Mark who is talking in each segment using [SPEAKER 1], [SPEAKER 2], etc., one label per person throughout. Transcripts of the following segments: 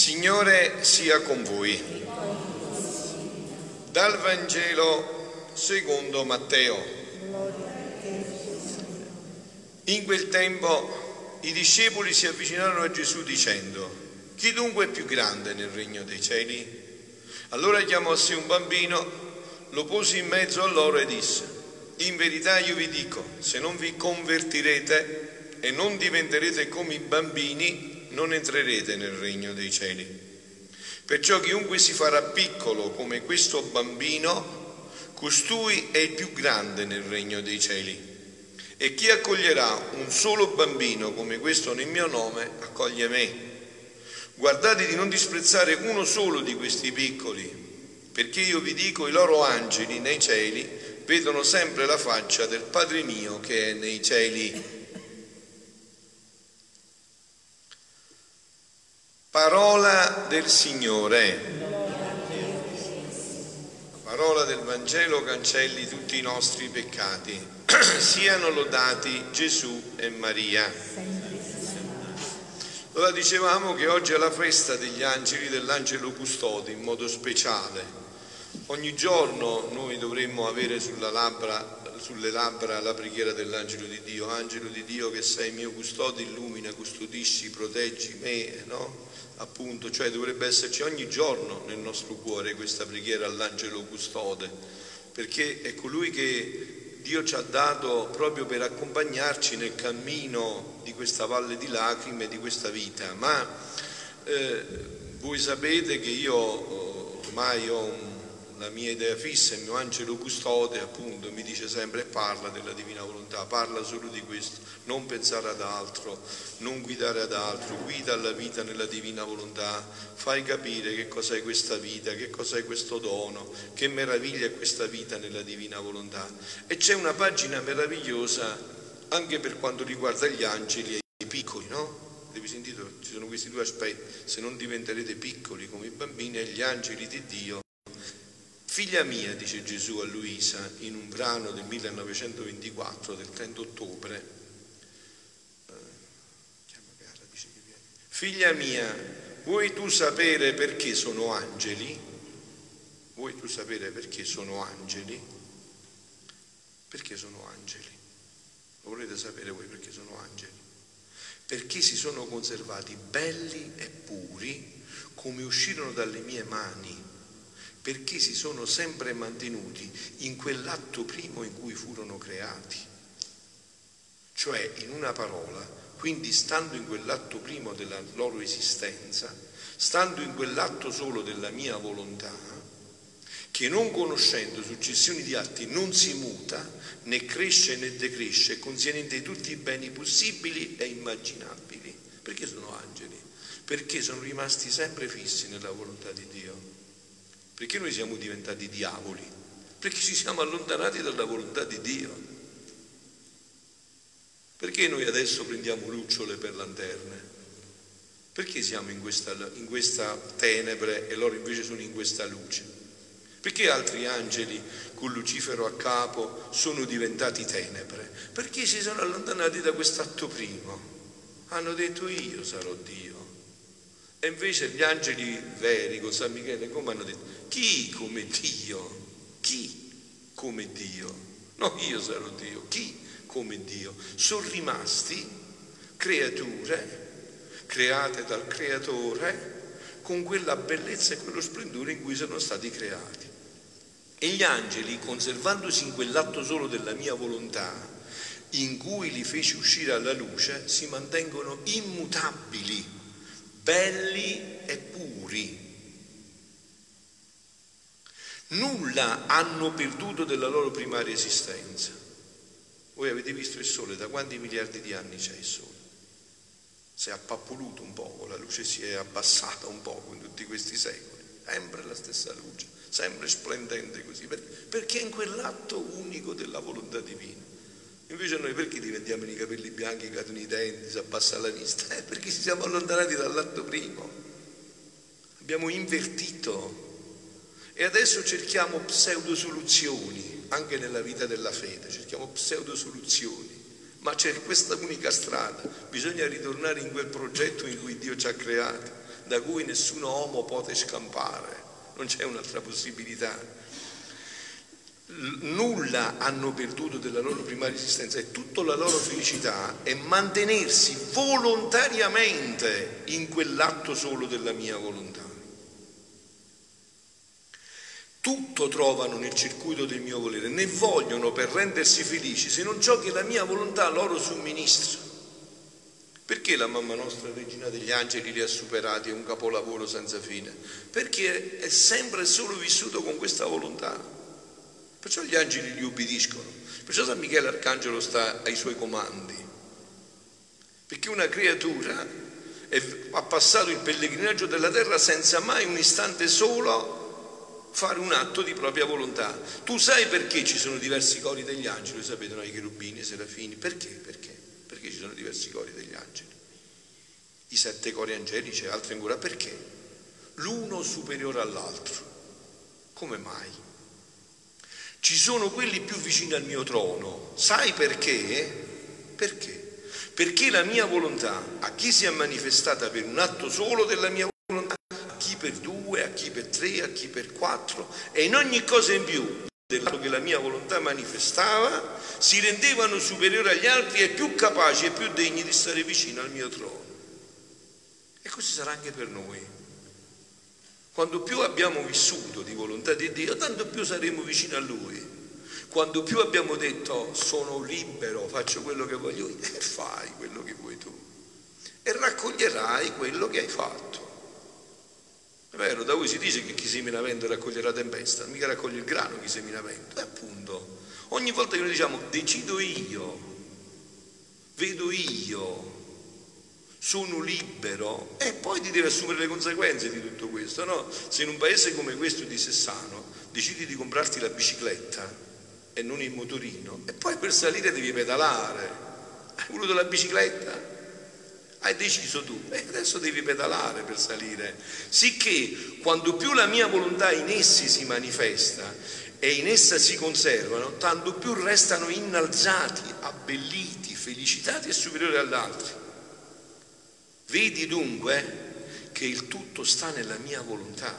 [SPEAKER 1] Signore sia con voi. Dal Vangelo secondo Matteo. In quel tempo i discepoli si avvicinarono a Gesù dicendo: chi dunque è più grande nel regno dei cieli? Allora chiamò a sé un bambino, lo pose in mezzo a loro e disse: in verità io vi dico, se non vi convertirete e non diventerete come i bambini, non entrerete nel regno dei cieli. Perciò chiunque si farà piccolo come questo bambino, costui è il più grande nel regno dei cieli. E chi accoglierà un solo bambino come questo nel mio nome, accoglie me. Guardate di non disprezzare uno solo di questi piccoli, perché io vi dico, i loro angeli nei cieli vedono sempre la faccia del Padre mio che è nei cieli. Parola del Signore. Parola del Vangelo cancelli tutti i nostri peccati. Siano lodati Gesù e Maria. Allora dicevamo che oggi è la festa degli angeli, dell'angelo custode in modo speciale. Ogni giorno noi dovremmo avere sulle labbra la preghiera dell'angelo di Dio. Angelo di Dio che sei mio custode, illumina, custodisci, proteggi me, no? Appunto, cioè dovrebbe esserci ogni giorno nel nostro cuore questa preghiera all'angelo custode, perché è colui che Dio ci ha dato proprio per accompagnarci nel cammino di questa valle di lacrime, di questa vita. Ma voi sapete che io ormai ho la mia idea fissa, il mio angelo custode appunto mi dice sempre: parla della divina volontà, parla solo di questo, non pensare ad altro, non guidare ad altro, guida la vita nella divina volontà, fai capire che cos'è questa vita, che cos'è questo dono, che meraviglia è questa vita nella divina volontà. E c'è una pagina meravigliosa anche per quanto riguarda gli angeli e i piccoli, no? Avete sentito? Ci sono questi due aspetti: se non diventerete piccoli come i bambini, e gli angeli di Dio. Figlia mia, dice Gesù a Luisa in un brano del 1924, del 30 ottobre, figlia mia, vuoi tu sapere perché sono angeli? Vuoi tu sapere perché sono angeli? Perché sono angeli? Lo volete sapere voi perché sono angeli? Perché si sono conservati belli e puri come uscirono dalle mie mani, perché si sono sempre mantenuti in quell'atto primo in cui furono creati. Cioè, in una parola, quindi stando in quell'atto primo della loro esistenza, stando in quell'atto solo della mia volontà, che non conoscendo successioni di atti non si muta, né cresce né decresce, contiene tutti i beni possibili e immaginabili. Perché sono angeli? Perché sono rimasti sempre fissi nella volontà di Dio. Perché noi siamo diventati diavoli? Perché ci siamo allontanati dalla volontà di Dio. Perché noi adesso prendiamo lucciole per lanterne? Perché siamo in questa tenebre e loro invece sono in questa luce? Perché altri angeli con Lucifero a capo sono diventati tenebre? Perché si sono allontanati da quest'atto primo. Hanno detto: io sarò Dio. E invece gli angeli veri con San Michele come hanno detto? Chi come Dio? Chi come Dio? No, io sarò Dio. Chi come Dio? Sono rimasti creature create dal Creatore con quella bellezza e quello splendore in cui sono stati creati. E gli angeli, conservandosi in quell'atto solo della mia volontà, in cui li feci uscire alla luce, si mantengono immutabili, belli e puri. Nulla hanno perduto della loro primaria esistenza. Voi avete visto il sole, da quanti miliardi di anni c'è il sole? Si è appappoluto un poco, la luce si è abbassata un poco in tutti questi secoli, sempre la stessa luce, sempre splendente così, perché è in quell'atto unico della volontà divina. Invece noi perché diventiamo i capelli bianchi, cadono i denti, si abbassa la vista? Perché ci siamo allontanati dall'atto primo, abbiamo invertito e adesso cerchiamo pseudosoluzioni, anche nella vita della fede, cerchiamo pseudosoluzioni, ma c'è questa unica strada, bisogna ritornare in quel progetto in cui Dio ci ha creati, da cui nessun uomo pote scampare, non c'è un'altra possibilità. Nulla hanno perduto della loro primaria esistenza e tutta la loro felicità è mantenersi volontariamente in quell'atto solo della mia volontà. Tutto trovano nel circuito del mio volere, ne vogliono per rendersi felici se non ciò che la mia volontà loro somministra. Perché la mamma nostra Regina degli Angeli li ha superati, è un capolavoro senza fine? Perché è sempre e solo vissuto con questa volontà. Perciò gli angeli gli ubbidiscono, perciò San Michele Arcangelo sta ai suoi comandi. Perché una creatura ha passato il pellegrinaggio della terra senza mai un istante solo fare un atto di propria volontà. Tu sai perché ci sono diversi cori degli angeli? Lo sapete, no? I cherubini, i serafini. Perché? Perché ci sono diversi cori degli angeli? I 7 cori angelici e altri ancora. Perché? L'uno superiore all'altro. Come mai? Ci sono quelli più vicini al mio trono. Sai perché? Perché? Perché la mia volontà a chi si è manifestata per un atto solo della mia volontà, a chi per 2, a chi per 3, a chi per 4, e in ogni cosa in più dell'atto che la mia volontà manifestava, si rendevano superiori agli altri e più capaci e più degni di stare vicino al mio trono. E così sarà anche per noi. Quando più abbiamo vissuto di volontà di Dio, tanto più saremo vicini a Lui. Quando più abbiamo detto sono libero, faccio quello che voglio, e fai quello che vuoi tu. E raccoglierai quello che hai fatto. È vero, da voi si dice che chi semina vento raccoglierà tempesta, mica raccoglie il grano chi semina vento. E appunto, ogni volta che noi diciamo decido io, vedo io, sono libero, e poi ti devi assumere le conseguenze di tutto questo, no? Se in un paese come questo di Sessano decidi di comprarti la bicicletta e non il motorino, e poi per salire devi pedalare, hai voluto la bicicletta? Hai deciso tu, e adesso devi pedalare per salire. Sicché quando più la mia volontà in essi si manifesta e in essa si conservano, tanto più restano innalzati, abbelliti, felicitati e superiori agli altri. Vedi dunque che il tutto sta nella mia volontà.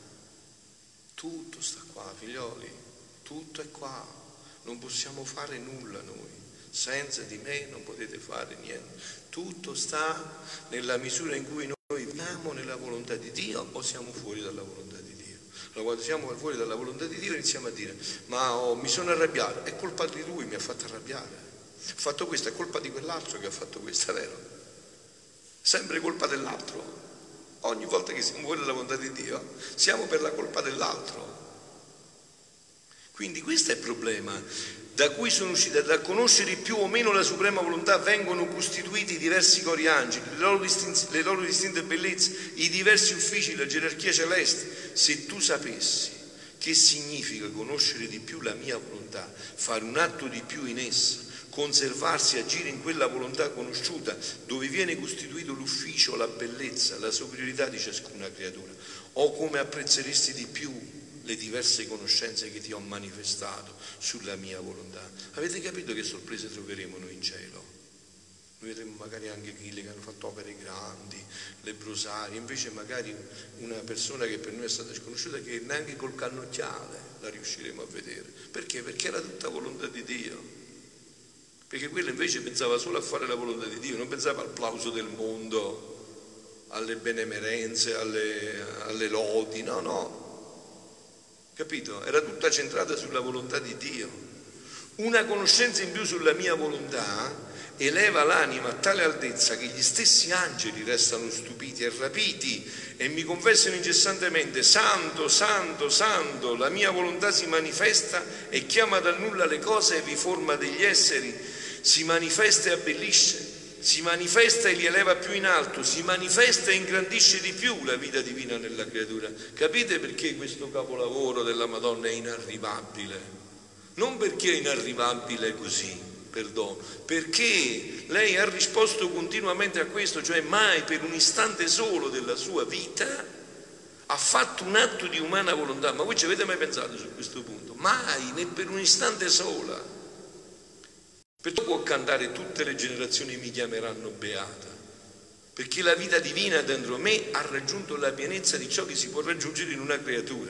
[SPEAKER 1] Tutto sta qua, figlioli, tutto è qua. Non possiamo fare nulla noi. Senza di me non potete fare niente. Tutto sta nella misura in cui noi viviamo nella volontà di Dio o siamo fuori dalla volontà di Dio. Allora, quando siamo fuori dalla volontà di Dio iniziamo a dire: ma mi sono arrabbiato, è colpa di lui, mi ha fatto arrabbiare. Ho fatto questo, è colpa di quell'altro che ha fatto questo, è vero? Sempre colpa dell'altro. Ogni volta che siamo fuori dalla volontà di Dio siamo per la colpa dell'altro. Quindi questo è il problema da cui sono usciti. Da conoscere più o meno la suprema volontà vengono costituiti i diversi cori angeli, le loro distinte bellezze, i diversi uffici, la gerarchia celeste. Se tu sapessi che significa conoscere di più la mia volontà, fare un atto di più in essa, conservarsi, agire in quella volontà conosciuta, dove viene costituito l'ufficio, la bellezza, la superiorità di ciascuna creatura, o come apprezzeresti di più le diverse conoscenze che ti ho manifestato sulla mia volontà. Avete capito che sorprese troveremo noi in cielo? Noi vedremo magari anche quelli che hanno fatto opere grandi, lebbrosarie, invece magari una persona che per noi è stata sconosciuta, che neanche col cannocchiale la riusciremo a vedere. Perché? Perché era tutta volontà di Dio. Perché quello invece pensava solo a fare la volontà di Dio, non pensava al plauso del mondo, alle benemerenze, alle lodi, no. Capito? Era tutta centrata sulla volontà di Dio. Una conoscenza in più sulla mia volontà eleva l'anima a tale altezza che gli stessi angeli restano stupiti e rapiti e mi confessano incessantemente: santo, santo, santo, la mia volontà si manifesta e chiama dal nulla le cose e riforma degli esseri, si manifesta e abbellisce, si manifesta e li eleva più in alto, si manifesta e ingrandisce di più la vita divina nella creatura. Capite perché questo capolavoro della Madonna è inarrivabile? Non perché è inarrivabile così, perdono, perché lei ha risposto continuamente a questo, cioè mai per un istante solo della sua vita ha fatto un atto di umana volontà. Ma voi ci avete mai pensato su questo punto? Mai, né per un istante sola. Perciò può cantare: tutte le generazioni mi chiameranno beata, perché la vita divina dentro me ha raggiunto la pienezza di ciò che si può raggiungere in una creatura.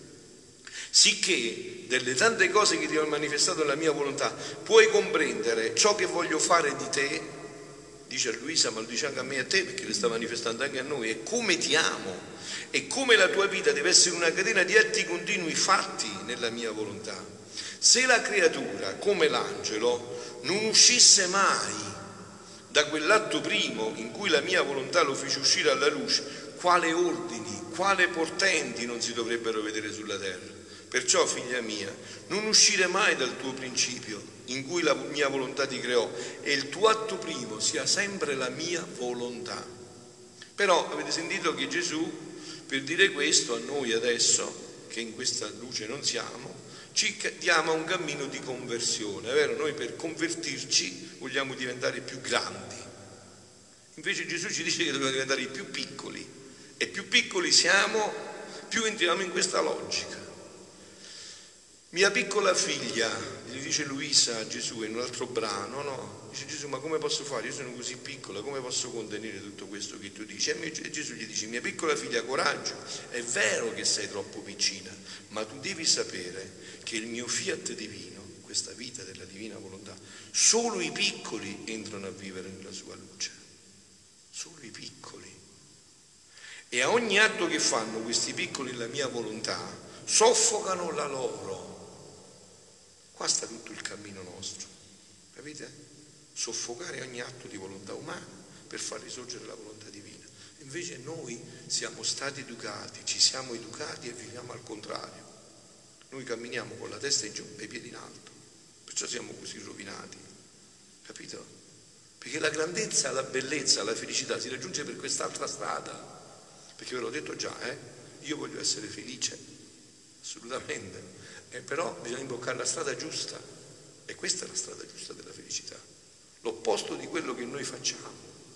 [SPEAKER 1] Sicché delle tante cose che ti ho manifestato nella mia volontà puoi comprendere ciò che voglio fare di te, dice a Luisa, ma lo dice anche a me e a te, perché le sta manifestando anche a noi, e come ti amo, e come la tua vita deve essere una catena di atti continui fatti nella mia volontà. Se la creatura, come l'angelo, non uscisse mai da quell'atto primo in cui la mia volontà lo fece uscire alla luce, quale ordini, quale portenti non si dovrebbero vedere sulla terra? Perciò, figlia mia, non uscire mai dal tuo principio in cui la mia volontà ti creò, e il tuo atto primo sia sempre la mia volontà. Però avete sentito che Gesù, per dire questo, a noi adesso, che in questa luce non siamo, ci chiama a un cammino di conversione, è vero? Noi per convertirci vogliamo diventare più grandi. Invece Gesù ci dice che dobbiamo diventare più piccoli, e più piccoli siamo, più entriamo in questa logica. Mia piccola figlia, gli dice Luisa a Gesù in un altro brano, no? Dice Gesù, ma come posso fare? Io sono così piccola, come posso contenere tutto questo che tu dici? E Gesù gli dice, mia piccola figlia, coraggio, è vero che sei troppo piccina, ma tu devi sapere che il mio fiat divino, questa vita della divina volontà, solo i piccoli entrano a vivere nella sua luce, solo i piccoli. E a ogni atto che fanno questi piccoli nella mia volontà, soffocano la loro. Qua sta tutto il cammino nostro, capite? Soffocare ogni atto di volontà umana per far risorgere la volontà divina. Invece noi siamo stati educati, ci siamo educati e viviamo al contrario. Noi camminiamo con la testa in giù e i piedi in alto, perciò siamo così rovinati, capito? Perché la grandezza, la bellezza, la felicità si raggiunge per quest'altra strada, perché ve l'ho detto già, io voglio essere felice, assolutamente. Però bisogna imboccare la strada giusta, e questa è la strada giusta della felicità, l'opposto di quello che noi facciamo.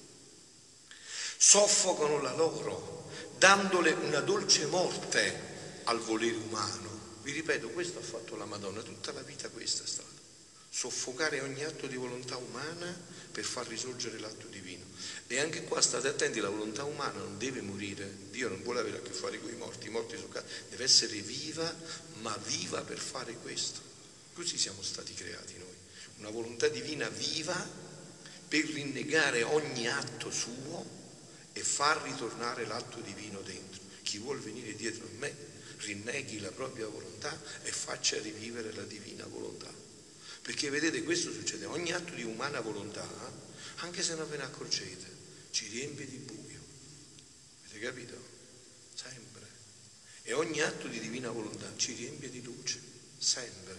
[SPEAKER 1] Soffocano la loro, dandole una dolce morte al volere umano. Vi ripeto, questo ha fatto la Madonna, tutta la vita questa è stata. Soffocare ogni atto di volontà umana per far risorgere l'atto divino. E anche qua state attenti, la volontà umana non deve morire, Dio non vuole avere a che fare con i morti sono casi, deve essere viva, ma viva per fare questo. Così siamo stati creati noi, una volontà divina viva per rinnegare ogni atto suo e far ritornare l'atto divino dentro. Chi vuol venire dietro a me rinneghi la propria volontà e faccia rivivere la divina volontà. Perché vedete, questo succede, ogni atto di umana volontà, anche se non ve ne accorgete, ci riempie di buio. Avete capito? Sempre. E ogni atto di divina volontà ci riempie di luce, sempre.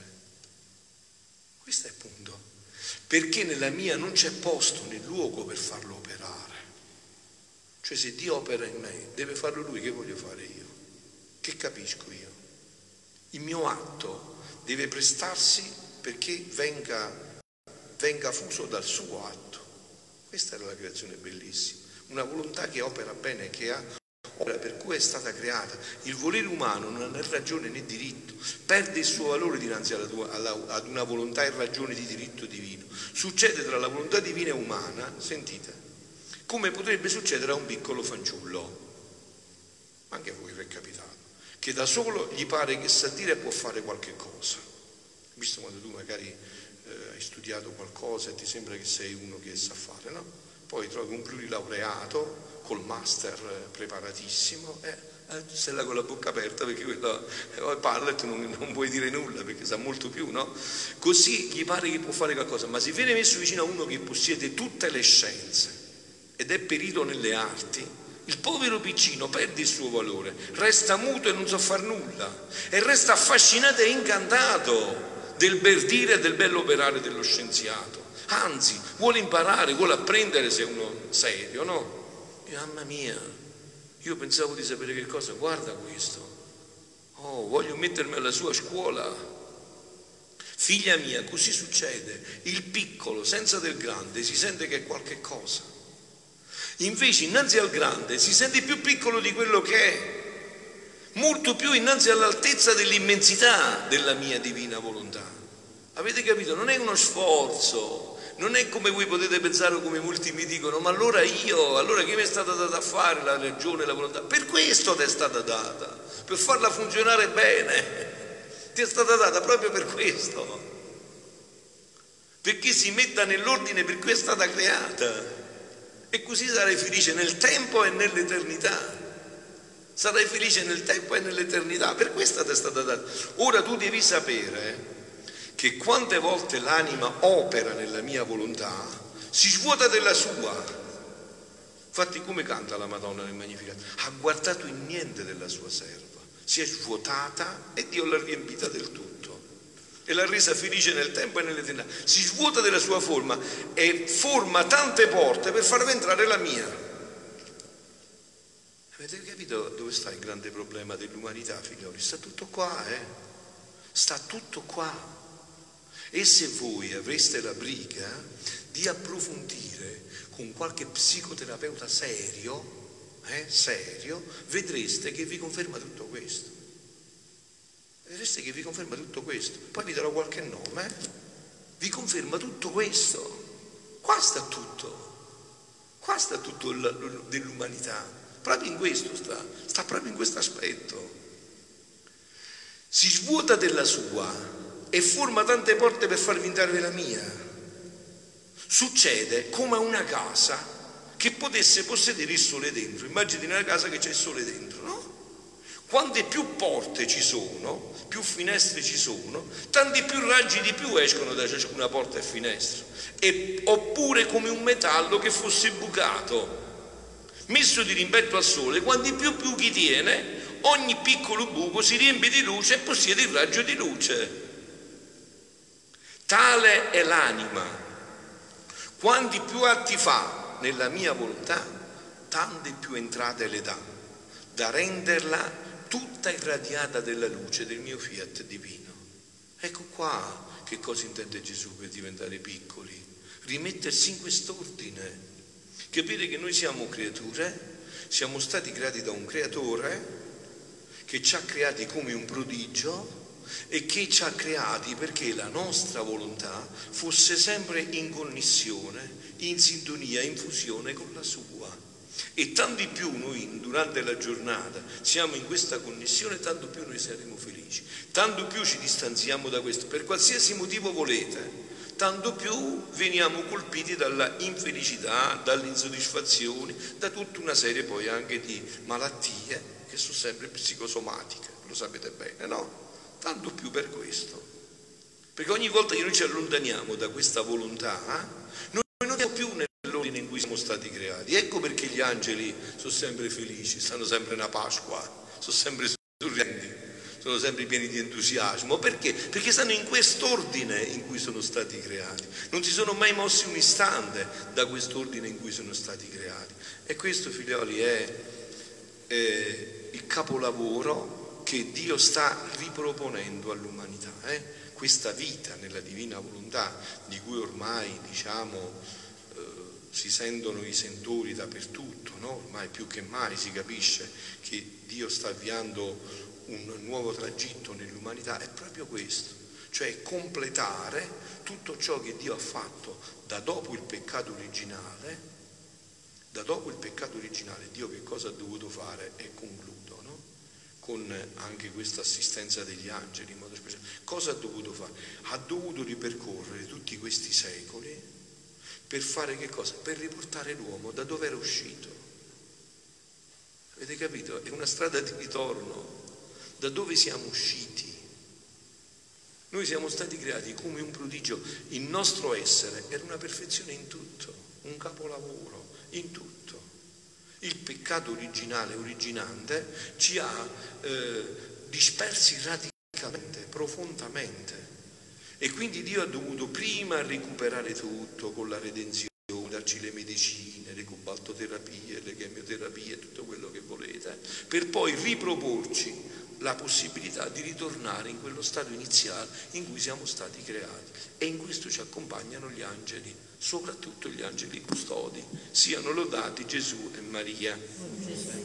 [SPEAKER 1] Questo è il punto. Perché nella mia non c'è posto né luogo per farlo operare. Cioè, se Dio opera in me, deve farlo Lui, che voglio fare io? Che capisco io? Il mio atto deve prestarsi perché venga fuso dal suo atto. Questa era la creazione bellissima, una volontà che opera bene, che ha opera per cui è stata creata. Il volere umano non ha né ragione né diritto, perde il suo valore dinanzi ad una volontà e ragione di diritto divino. Succede tra la volontà divina e umana, sentite, come potrebbe succedere a un piccolo fanciullo, anche a voi vi è capitato, che da solo gli pare che sa dire e può fare qualche cosa. Visto quando tu magari hai studiato qualcosa e ti sembra che sei uno che sa fare, no? Poi trovi un plurilaureato col master preparatissimo, sei là con la bocca aperta perché quello parla e tu non puoi dire nulla perché sa molto più, no? Così gli pare che può fare qualcosa, ma se viene messo vicino a uno che possiede tutte le scienze ed è perito nelle arti, il povero piccino perde il suo valore, resta muto e non sa far nulla e resta affascinato e incantato del bel dire e del bello operare dello scienziato. Anzi, vuole imparare, vuole apprendere se è uno serio, no? E mamma mia, io pensavo di sapere che cosa, guarda questo. Oh, voglio mettermi alla sua scuola. Figlia mia, così succede. Il piccolo, senza del grande, si sente che è qualche cosa. Invece, innanzi al grande, si sente più piccolo di quello che è. Molto più innanzi all'altezza dell'immensità della mia divina volontà. Avete capito? Non è uno sforzo Non è come voi potete pensare o come molti mi dicono, ma allora che mi è stata data a fare la ragione, la volontà? Per questo ti è stata data, per farla funzionare bene. Ti è stata data proprio per questo. Perché si metta nell'ordine per cui è stata creata. E così sarai felice nel tempo e nell'eternità. Sarai felice nel tempo e nell'eternità. Per questo ti è stata data. Ora tu devi sapere che quante volte l'anima opera nella mia volontà, si svuota della sua. Infatti come canta la Madonna nel Magnificat? Ha guardato in niente della sua serva, si è svuotata e Dio l'ha riempita del tutto e l'ha resa felice nel tempo e nell'eternità. Si svuota della sua forma e forma tante porte per farvi entrare la mia. Avete capito dove sta il grande problema dell'umanità, figlioli? Sta tutto qua, sta tutto qua. E se voi avreste la briga di approfondire con qualche psicoterapeuta serio, vedreste che vi conferma tutto questo. Vedreste che vi conferma tutto questo. Poi vi darò qualche nome, vi conferma tutto questo. Qua sta tutto dell'umanità. Proprio in questo sta proprio in questo aspetto. Si svuota della sua e forma tante porte per farvi entrare la mia. Succede come a una casa che potesse possedere il sole dentro. Immagini una casa che c'è il sole dentro, no? Quante più porte ci sono, più finestre ci sono, tanti più raggi di più escono da ciascuna porta e finestra. Oppure come un metallo che fosse bucato, messo di rimpetto al sole, quanti più buchi tiene, ogni piccolo buco si riempie di luce e possiede il raggio di luce. Tale è l'anima. Quanti più atti fa nella mia volontà, tante più entrate le dà, da renderla tutta irradiata della luce del mio fiat divino. Ecco qua che cosa intende Gesù per diventare piccoli. Rimettersi in quest'ordine. Capire che noi siamo creature, siamo stati creati da un creatore che ci ha creati come un prodigio e che ci ha creati perché la nostra volontà fosse sempre in connessione, in sintonia, in fusione con la sua. E tanto più noi durante la giornata siamo in questa connessione, tanto più noi saremo felici, tanto più ci distanziamo da questo, per qualsiasi motivo volete, tanto più veniamo colpiti dalla infelicità, dalle insoddisfazioni, da tutta una serie poi anche di malattie che sono sempre psicosomatiche, lo sapete bene, no? Tanto più per questo, perché ogni volta che noi ci allontaniamo da questa volontà, noi non siamo più nell'ordine in cui siamo stati creati. Ecco perché gli angeli sono sempre felici, stanno sempre nella Pasqua, sono sempre sorridenti, sono sempre pieni di entusiasmo. Perché? Perché stanno in quest'ordine in cui sono stati creati, non si sono mai mossi un istante da quest'ordine in cui sono stati creati. E questo, figlioli, è il capolavoro che Dio sta riproponendo all'umanità, questa vita nella divina volontà di cui ormai si sentono i sentori dappertutto, no? Ormai più che mai si capisce che Dio sta avviando un nuovo tragitto nell'umanità, è proprio questo, cioè completare tutto ciò che Dio ha fatto da dopo il peccato originale. Da dopo il peccato originale Dio che cosa ha dovuto fare? È concludo, no? Con anche questa assistenza degli angeli in modo speciale. Cosa ha dovuto fare? Ha dovuto ripercorrere tutti questi secoli per fare che cosa? Per riportare l'uomo da dove era uscito. Avete capito? È una strada di ritorno. Da dove siamo usciti? Noi siamo stati creati come un prodigio. Il nostro essere era una perfezione in tutto, un capolavoro in tutto. Il peccato originale, originante, ci ha dispersi radicalmente, profondamente. E quindi Dio ha dovuto prima recuperare tutto con la redenzione, darci le medicine, le cobaltoterapie, le chemioterapie, tutto quello che volete, per poi riproporci la possibilità di ritornare in quello stato iniziale in cui siamo stati creati. E in questo ci accompagnano gli angeli, soprattutto gli angeli custodi. Siano lodati Gesù e Maria.